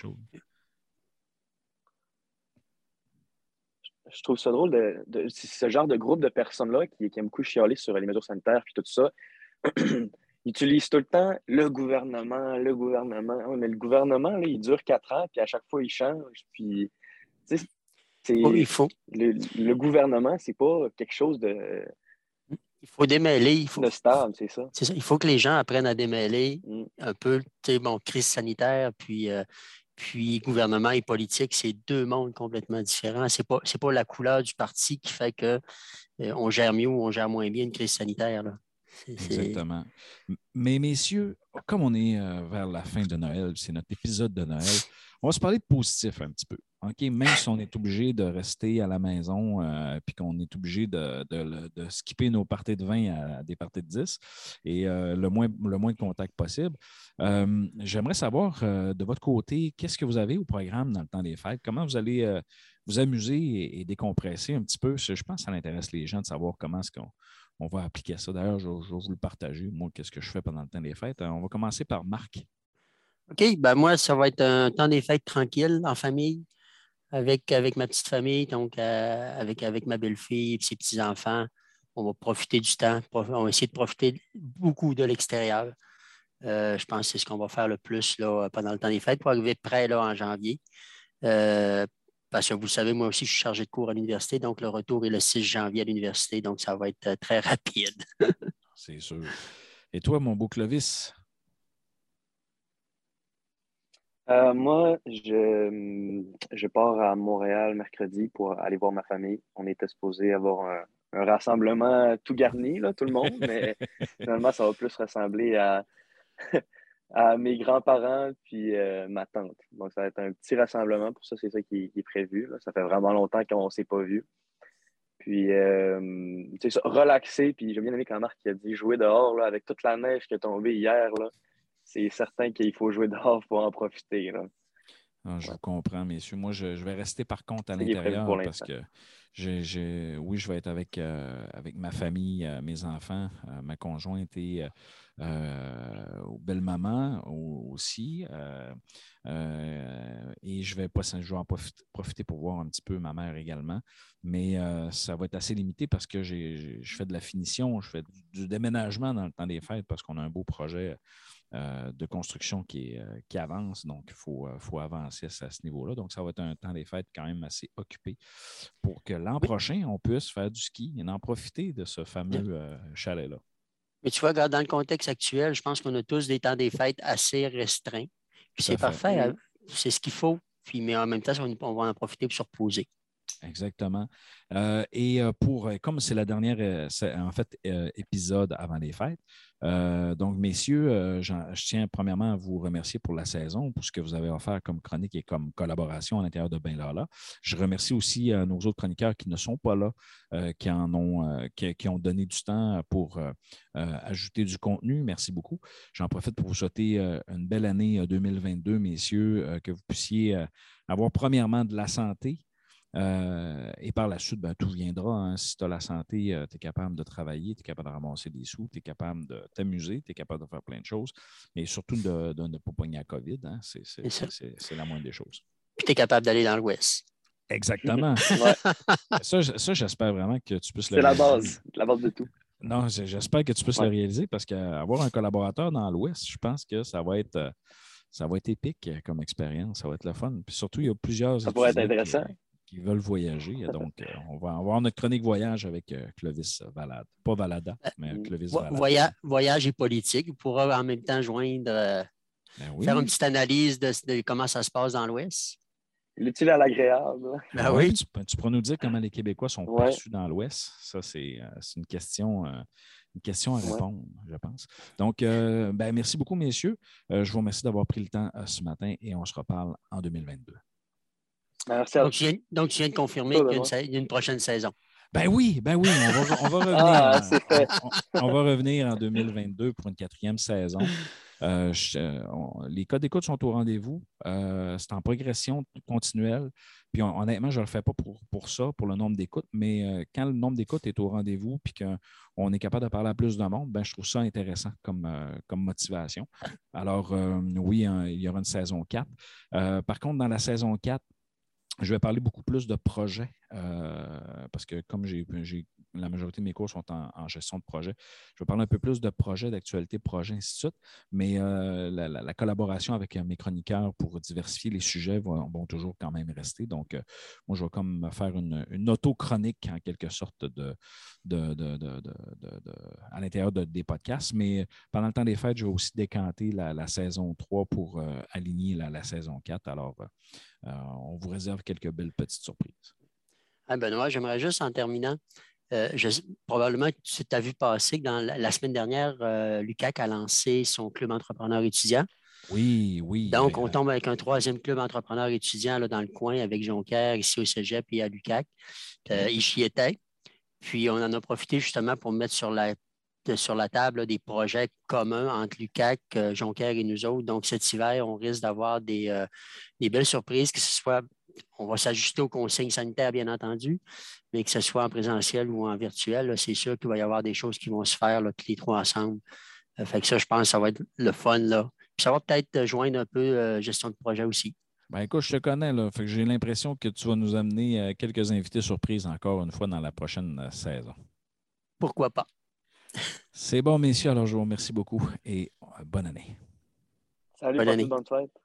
Je trouve ça drôle de ce genre de groupe de personnes-là qui aiment beaucoup chialer sur les mesures sanitaires et tout ça. Ils utilisent tout le temps le gouvernement, le gouvernement. Oui, mais le gouvernement, là, il dure 4 ans, puis à chaque fois, il change. Puis, tu sais, il faut. Le gouvernement, c'est pas quelque chose de. Il faut démêler. De stable, c'est ça. C'est ça. Il faut que les gens apprennent à démêler un peu, tu sais, crise sanitaire, puis gouvernement et politique, c'est deux mondes complètement différents. C'est pas la couleur du parti qui fait qu'on gère mieux ou on gère moins bien une crise sanitaire, là. Exactement. Mais messieurs, comme on est vers la fin de Noël, c'est notre épisode de Noël, on va se parler de positif un petit peu. Okay? Même si on est obligé de rester à la maison puis qu'on est obligé de skipper nos parties de 20 à des parties de 10 et le moins de contact possible. J'aimerais savoir de votre côté, qu'est-ce que vous avez au programme dans le temps des fêtes? Comment vous allez vous amuser et décompresser un petit peu? Je pense que ça intéresse les gens de savoir comment est-ce qu'on va appliquer ça. D'ailleurs, je vais vous le partager, moi, qu'est-ce que je fais pendant le temps des fêtes. On va commencer par Marc. OK, ben moi, ça va être un temps des fêtes tranquille, en famille, avec ma petite famille, donc avec ma belle-fille et ses petits-enfants. On va profiter du temps. On va essayer de profiter beaucoup de l'extérieur. Je pense que c'est ce qu'on va faire le plus là, pendant le temps des fêtes pour arriver prêt là, en janvier. Parce que vous le savez, moi aussi, je suis chargé de cours à l'université, donc le retour est le 6 janvier à l'université, donc ça va être très rapide. C'est sûr. Et toi, mon beau Clovis? Moi, je pars à Montréal mercredi pour aller voir ma famille. On était supposé avoir un rassemblement tout garni, là, tout le monde, mais finalement, ça va plus ressembler à mes grands-parents puis ma tante. Donc, ça va être un petit rassemblement. Pour ça, c'est ça qui est prévu. Là. Ça fait vraiment longtemps qu'on ne s'est pas vu. Puis, c'est ça, relaxer. Puis, j'ai bien aimé quand Marc a dit jouer dehors là, avec toute la neige qui est tombée hier. Là. c'est certain qu'il faut jouer dehors pour en profiter. Là. Ah, je vous comprends, messieurs. Moi, je vais rester par contre à C'est ce qui est prévu l'intérieur pour parce l'instant. que oui, je vais être avec ma famille, mes enfants, ma conjointe et belle-maman aussi. Et je vais en profiter pour voir un petit peu ma mère également. Mais ça va être assez limité parce que je fais de la finition, je fais du déménagement dans le temps des fêtes parce qu'on a un beau projet de construction qui avance. Donc, il faut avancer à ce niveau-là. Donc, ça va être un temps des fêtes quand même assez occupé pour que l'an prochain, on puisse faire du ski et en profiter de ce fameux chalet-là. Mais tu vois, regarde, dans le contexte actuel, je pense qu'on a tous des temps des fêtes assez restreints. Puis c'est parfait. Hein? C'est ce qu'il faut. Puis, mais en même temps, on va en profiter pour se reposer. Exactement. Comme c'est la dernière, épisode avant les fêtes, donc, messieurs, je tiens premièrement à vous remercier pour la saison, pour ce que vous avez offert comme chronique et comme collaboration à l'intérieur de Ben Lala. Je remercie aussi nos autres chroniqueurs qui ne sont pas là, qui ont donné du temps pour ajouter du contenu. Merci beaucoup. J'en profite pour vous souhaiter une belle année 2022, messieurs, que vous puissiez avoir premièrement de la santé. Et par la suite, tout viendra. Hein. Si tu as la santé, tu es capable de travailler, tu es capable de ramasser des sous, tu es capable de t'amuser, tu es capable de faire plein de choses, mais surtout de ne pas pogner la COVID. Hein. C'est la moindre des choses. Puis tu es capable d'aller dans l'Ouest. Exactement. Ouais. Ça, j'espère vraiment que tu puisses le réaliser. C'est la base de tout. Non, j'espère que tu puisses le réaliser parce qu'avoir un collaborateur dans l'Ouest, je pense que ça va être épique comme expérience. Ça va être le fun. Puis surtout, il y a plusieurs ça pourrait être intéressant. Qui veulent voyager. Donc, on va avoir notre chronique voyage avec Clovis Valade. Pas Valada, mais Clovis Valade. Voyage et politique. Vous pourrez en même temps joindre, faire une petite analyse de comment ça se passe dans l'Ouest. L'utile à l'agréable. Oui. Tu pourras nous dire comment les Québécois sont perçus dans l'Ouest. Ça, c'est une question à répondre, je pense. Donc, merci beaucoup, messieurs. Je vous remercie d'avoir pris le temps ce matin et on se reparle en 2022. Merci à vous. Donc, tu viens de confirmer qu'il y a une prochaine saison. Ben oui, on va revenir. On va revenir en 2022 pour une 4e saison. Les codes d'écoute sont au rendez-vous. C'est en progression continuelle. Puis honnêtement, je ne le fais pas pour ça, pour le nombre d'écoutes, mais quand le nombre d'écoutes est au rendez-vous puis qu'on est capable de parler à plus de monde, je trouve ça intéressant comme motivation. Alors, oui, il y aura une saison 4. Par contre, dans la saison 4, je vais parler beaucoup plus de projets parce que comme la majorité de mes cours sont en gestion de projet, je vais parler un peu plus de projets, d'actualité, projets, ainsi de suite. Mais la collaboration avec mes chroniqueurs pour diversifier les sujets vont toujours quand même rester. Donc, moi, je vais comme faire une auto-chronique en quelque sorte à l'intérieur des podcasts. Mais pendant le temps des fêtes, je vais aussi décanter la saison 3 pour aligner la saison 4. Alors, on vous réserve quelques belles petites surprises. Benoît, j'aimerais juste en terminant, probablement que tu t'as vu passer que dans la semaine dernière, l'UQAC a lancé son club entrepreneur étudiant. Oui. Donc, on tombe avec un 3e club entrepreneur étudiant là, dans le coin avec Jonquière, ici au Cégep et à l'UQAC. Il y était. Puis, on en a profité justement pour mettre sur la table là, des projets communs entre l'UQAC, Jonquière et nous autres. Donc, cet hiver, on risque d'avoir des belles surprises, que ce soit, on va s'ajuster aux consignes sanitaires, bien entendu, mais que ce soit en présentiel ou en virtuel, là, c'est sûr qu'il va y avoir des choses qui vont se faire là, tous les 3 ensemble. Fait que ça, je pense que ça va être le fun. Là. Puis ça va peut-être joindre un peu gestion de projet aussi. Écoute, je te connais, là. Fait que j'ai l'impression que tu vas nous amener quelques invités surprises encore une fois dans la prochaine saison. Pourquoi pas? C'est bon, messieurs. Alors, je vous remercie beaucoup et bonne année. Salut, bonne année. Bonne fête.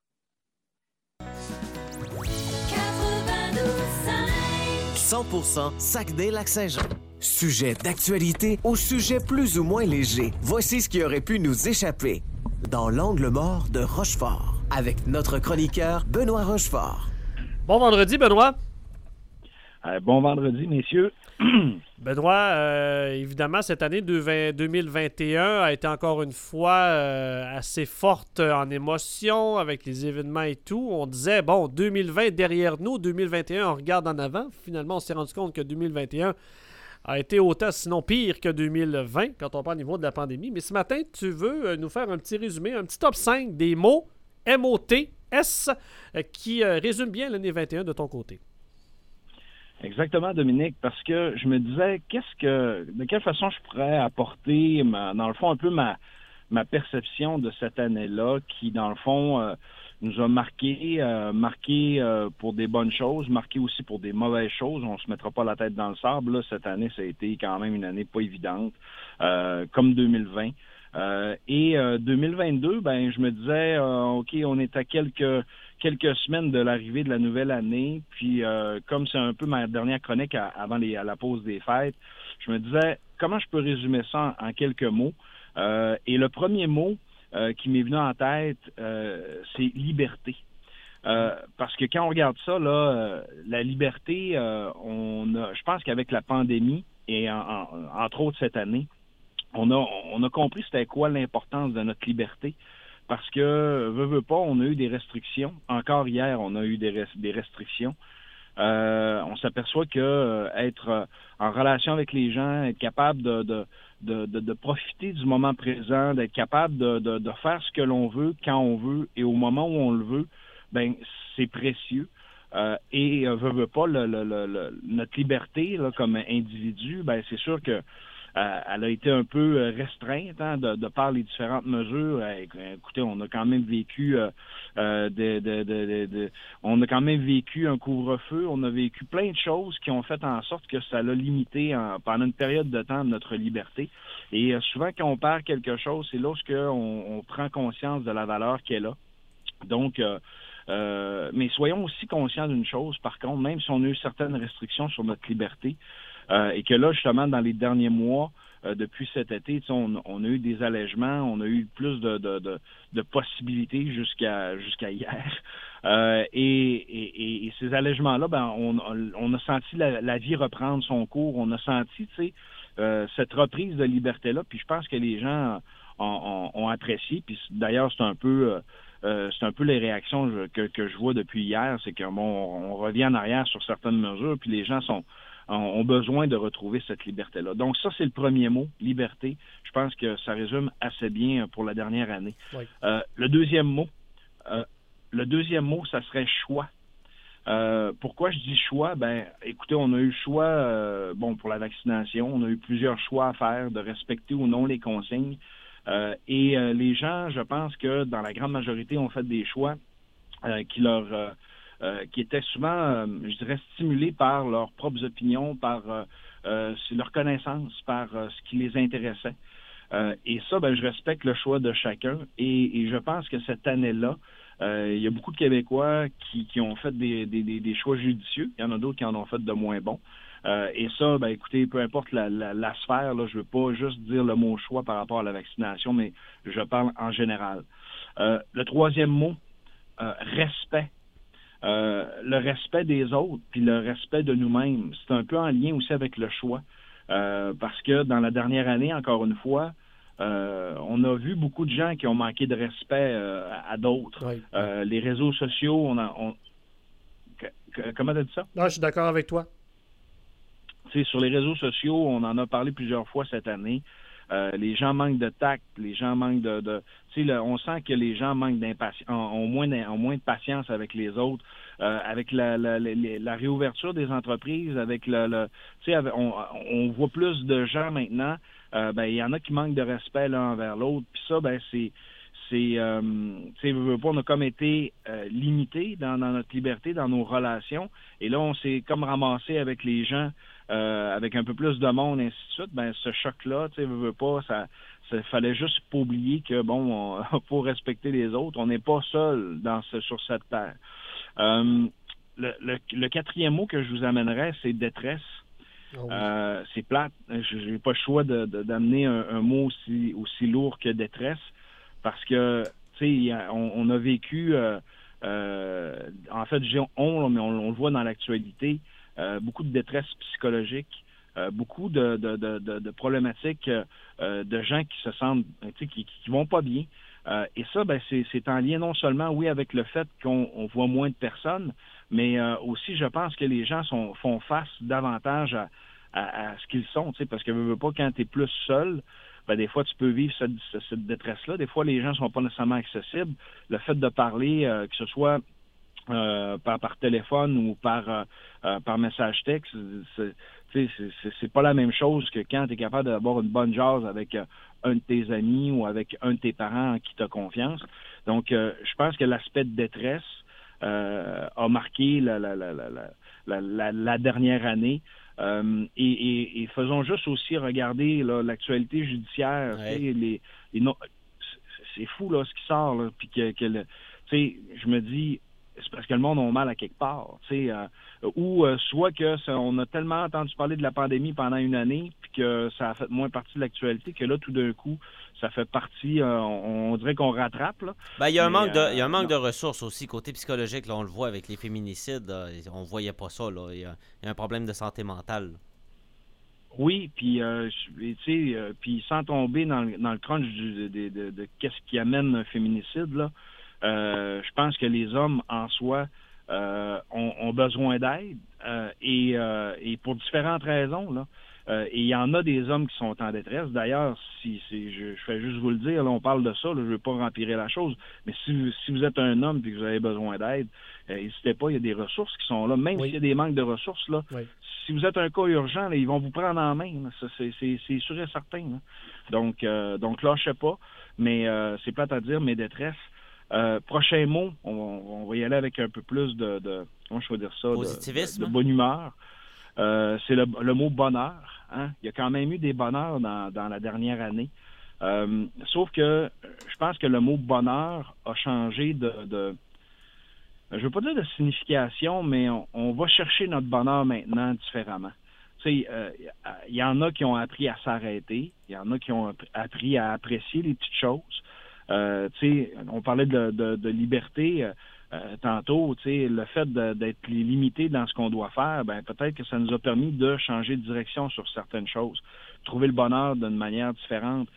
100% Saguenay-Lac-Saint-Jean. Sujet d'actualité au sujet plus ou moins léger. Voici ce qui aurait pu nous échapper dans l'angle mort de Rochefort avec notre chroniqueur Benoît Rochefort. Bon vendredi, Benoît. Bon vendredi, messieurs. Benoît, évidemment, cette année 2021 a été encore une fois assez forte en émotion avec les événements et tout. On disait, 2020 derrière nous, 2021, on regarde en avant. Finalement, on s'est rendu compte que 2021 a été autant, sinon pire que 2020, quand on parle au niveau de la pandémie. Mais ce matin, tu veux nous faire un petit résumé, un petit top 5 des mots MOTS qui résument bien l'année 21 de ton côté. Exactement, Dominique, parce que je me disais, de quelle façon je pourrais apporter, dans le fond, un peu ma perception de cette année-là, qui, dans le fond, nous a marqué pour des bonnes choses, marqué aussi pour des mauvaises choses. On se mettra pas la tête dans le sable. Là. Cette année, ça a été quand même une année pas évidente, comme 2020. Et 2022, ben, je me disais, OK, on est à quelques semaines de l'arrivée de la nouvelle année. Puis, comme c'est un peu ma dernière chronique avant à la pause des fêtes, je me disais, comment je peux résumer ça en quelques mots? Et le premier mot qui m'est venu en tête, c'est liberté. Parce que quand on regarde ça, là, la liberté, je pense qu'avec la pandémie et entre autres cette année, on a compris c'était quoi l'importance de notre liberté. Parce que, veut pas, on a eu des restrictions. Encore hier, on a eu des restrictions. On s'aperçoit que être en relation avec les gens, être capable de profiter du moment présent, d'être capable de faire ce que l'on veut, quand on veut et au moment où on le veut, ben c'est précieux. Et veut pas, notre liberté là, comme individu, ben c'est sûr que elle a été un peu restreinte de par les différentes mesures. Écoutez, on a quand même vécu on a quand même vécu un couvre-feu, on a vécu plein de choses qui ont fait en sorte que ça l'a limité pendant une période de temps notre liberté. Et souvent, quand on perd quelque chose, c'est lorsque on prend conscience de la valeur qu'elle a. Donc, mais soyons aussi conscients d'une chose, par contre, même si on a eu certaines restrictions sur notre liberté, et que là, justement, dans les derniers mois, depuis cet été, on a eu des allègements, on a eu plus de possibilités jusqu'à hier. Et ces allègements-là, ben, on a senti la vie reprendre son cours, on a senti, cette reprise de liberté-là, puis je pense que les gens ont apprécié, puis d'ailleurs, c'est un peu les réactions que je vois depuis hier, c'est on revient en arrière sur certaines mesures, puis les gens ont besoin de retrouver cette liberté-là. Donc ça, c'est le premier mot, liberté. Je pense que ça résume assez bien pour la dernière année. Oui. Le deuxième mot, ça serait choix. Pourquoi je dis choix? Ben, écoutez, on a eu le choix, pour la vaccination, on a eu plusieurs choix à faire, de respecter ou non les consignes. Et les gens, je pense que dans la grande majorité, ont fait des choix qui étaient souvent, je dirais, stimulés par leurs propres opinions, par leur connaissance, par ce qui les intéressait. Et ça, ben, je respecte le choix de chacun. Et je pense que cette année-là, il y a beaucoup de Québécois qui ont fait des choix judicieux. Il y en a d'autres qui en ont fait de moins bons. Et ça, ben, écoutez, peu importe la sphère, là, je veux pas juste dire le mot choix par rapport à la vaccination, mais je parle en général. Le troisième mot, respect. Le respect des autres, puis le respect de nous-mêmes. C'est un peu en lien aussi avec le choix. Parce que dans la dernière année, encore une fois, on a vu beaucoup de gens qui ont manqué de respect à d'autres. Oui. Les réseaux sociaux, comment tu as dit ça? Non, je suis d'accord avec toi. Sur les réseaux sociaux, on en a parlé plusieurs fois cette année. Les gens manquent de tact, les gens manquent on sent que les gens manquent d'impatience, ont moins de patience avec les autres, avec la réouverture des entreprises, avec on voit plus de gens maintenant. Il y en a qui manquent de respect l'un envers l'autre. Puis ça, ben on a comme été limité dans notre liberté, dans nos relations. Et là, on s'est comme ramassé avec les gens. Avec un peu plus de monde, ainsi de suite, ben ce choc-là, ça fallait juste pas oublier que faut respecter les autres. On n'est pas seul sur cette terre. Le quatrième mot que je vous amènerais, c'est détresse. Oh oui. C'est plate. J'ai pas le choix d'amener un mot aussi lourd que détresse, parce que on a vécu en fait, on le voit dans l'actualité. Beaucoup de détresse psychologique, beaucoup de problématiques de gens qui se sentent, qui vont pas bien. Et ça, ben, c'est en lien non seulement, oui, avec le fait qu'on voit moins de personnes, mais aussi, je pense que les gens font face davantage à ce qu'ils sont, tu sais, parce que veux pas, quand tu es plus seul, ben, des fois, tu peux vivre cette détresse-là. Des fois, les gens sont pas nécessairement accessibles. Le fait de parler, que ce soit par téléphone ou par message texte, c'est pas la même chose que quand tu es capable d'avoir une bonne jase avec un de tes amis ou avec un de tes parents en qui tu as confiance. Donc, je pense que l'aspect de détresse a marqué la dernière année. Et faisons juste aussi regarder là, l'actualité judiciaire. Ouais. C'est fou là, ce qui sort. Là, puis je me dis, c'est parce que le monde a mal à quelque part. Ou soit que on a tellement entendu parler de la pandémie pendant une année, puis que ça a fait moins partie de l'actualité, que là, tout d'un coup, ça fait partie, on dirait qu'on rattrape. Là. Ben, il y a un manque de ressources aussi, côté psychologique. Là, on le voit avec les féminicides. Là, on ne voyait pas ça. Là. Il y a un problème de santé mentale. Là. Oui, puis puis sans tomber dans le crunch de qu'est-ce qui amène un féminicide, là, je pense que les hommes, en soi, ont besoin d'aide et pour différentes raisons, là. Et il y en a des hommes qui sont en détresse. D'ailleurs, je fais juste vous le dire, là, on parle de ça, là, je ne veux pas empirer la chose, mais si vous êtes un homme et que vous avez besoin d'aide, n'hésitez pas, il y a des ressources qui sont là, même s'il y a des manques de ressources, là. Oui. Si vous êtes un cas urgent, là, ils vont vous prendre en main. Là. Ça, c'est sûr et certain. Là. Donc lâchez pas, mais c'est plate à dire, mais détresse. Prochain mot, on va y aller avec un peu plus de comment je vais dire ça, positivisme, de bonne humeur. C'est le mot bonheur. Hein? Il y a quand même eu des bonheurs dans la dernière année. Sauf que je pense que le mot bonheur a changé je ne veux pas dire de signification, mais on va chercher notre bonheur maintenant différemment. Tu sais, il y en a qui ont appris à s'arrêter. Il y en a qui ont appris à apprécier les petites choses. Tu sais, on parlait de liberté tantôt. Tu sais, le fait d'être limité dans ce qu'on doit faire, ben peut-être que ça nous a permis de changer de direction sur certaines choses, trouver le bonheur d'une manière différente,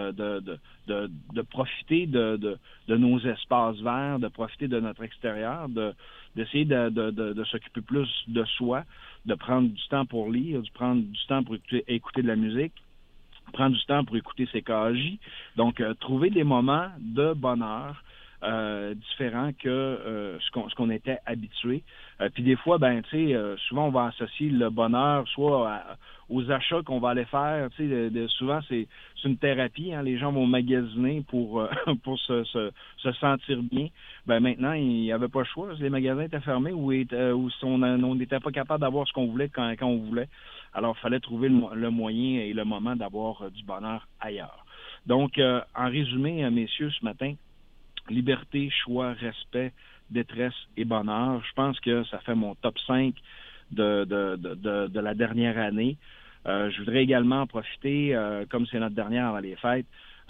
de profiter de nos espaces verts, de profiter de notre extérieur, d'essayer de s'occuper plus de soi, de prendre du temps pour lire, de prendre du temps pour écouter de la musique, prendre du temps pour écouter ses KJ. Donc, trouver des moments de bonheur différents que ce qu'on était habitué. Puis des fois, ben tu sais, souvent on va associer le bonheur soit aux achats qu'on va aller faire. Tu sais, souvent c'est une thérapie. Hein, les gens vont magasiner pour se sentir bien. Ben maintenant, il n'y avait pas le choix. Les magasins étaient fermés ou on n'était pas capable d'avoir ce qu'on voulait quand on voulait. Alors, il fallait trouver le moyen et le moment d'avoir du bonheur ailleurs. Donc, en résumé, messieurs, ce matin, liberté, choix, respect, détresse et bonheur. Je pense que ça fait mon top 5 de la dernière année. Je voudrais également en profiter, comme c'est notre dernière avant les fêtes,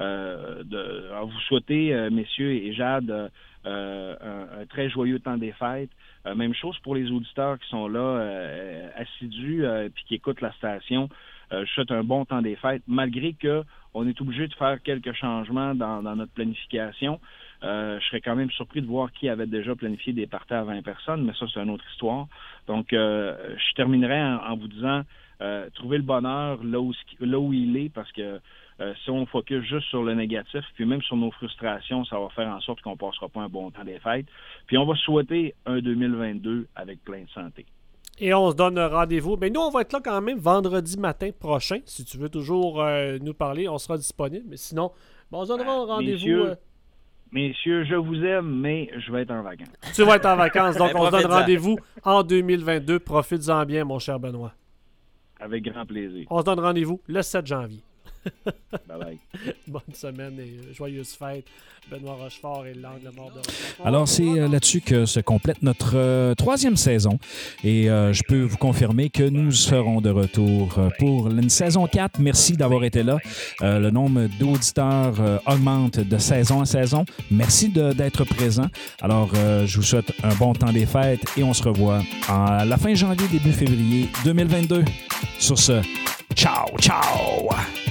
à vous souhaiter, messieurs et Jade, un très joyeux temps des fêtes. Même chose pour les auditeurs qui sont là, assidus, puis qui écoutent la station. Je souhaite un bon temps des fêtes, malgré qu'on est obligé de faire quelques changements dans notre planification. Je serais quand même surpris de voir qui avait déjà planifié des parties à 20 personnes, mais ça, c'est une autre histoire. Donc, je terminerai en vous disant, trouver le bonheur là où il est, parce que si on focus juste sur le négatif, puis même sur nos frustrations, ça va faire en sorte qu'on ne passera pas un bon temps des fêtes. Puis on va souhaiter un 2022 avec plein de santé. Et on se donne rendez-vous. Mais nous, on va être là quand même vendredi matin prochain. Si tu veux toujours nous parler, on sera disponible. Mais sinon, on se donnera un rendez-vous. Messieurs, je vous aime, mais je vais être en vacances. Tu vas être en vacances, donc on se donne rendez-vous en 2022. Profites-en bien, mon cher Benoît. Avec grand plaisir. On se donne rendez-vous le 7 janvier. Bye-bye. Bonne semaine et joyeuses fêtes. Benoît Rochefort et l'angle mort de Rochefort. Alors, c'est là-dessus que se complète notre troisième saison. Et je peux vous confirmer que nous serons de retour pour une saison 4. Merci d'avoir été là. Le nombre d'auditeurs augmente de saison en saison. Merci d'être présent. Alors, je vous souhaite un bon temps des fêtes et on se revoit à la fin janvier, début février 2022. Sur ce, ciao, ciao!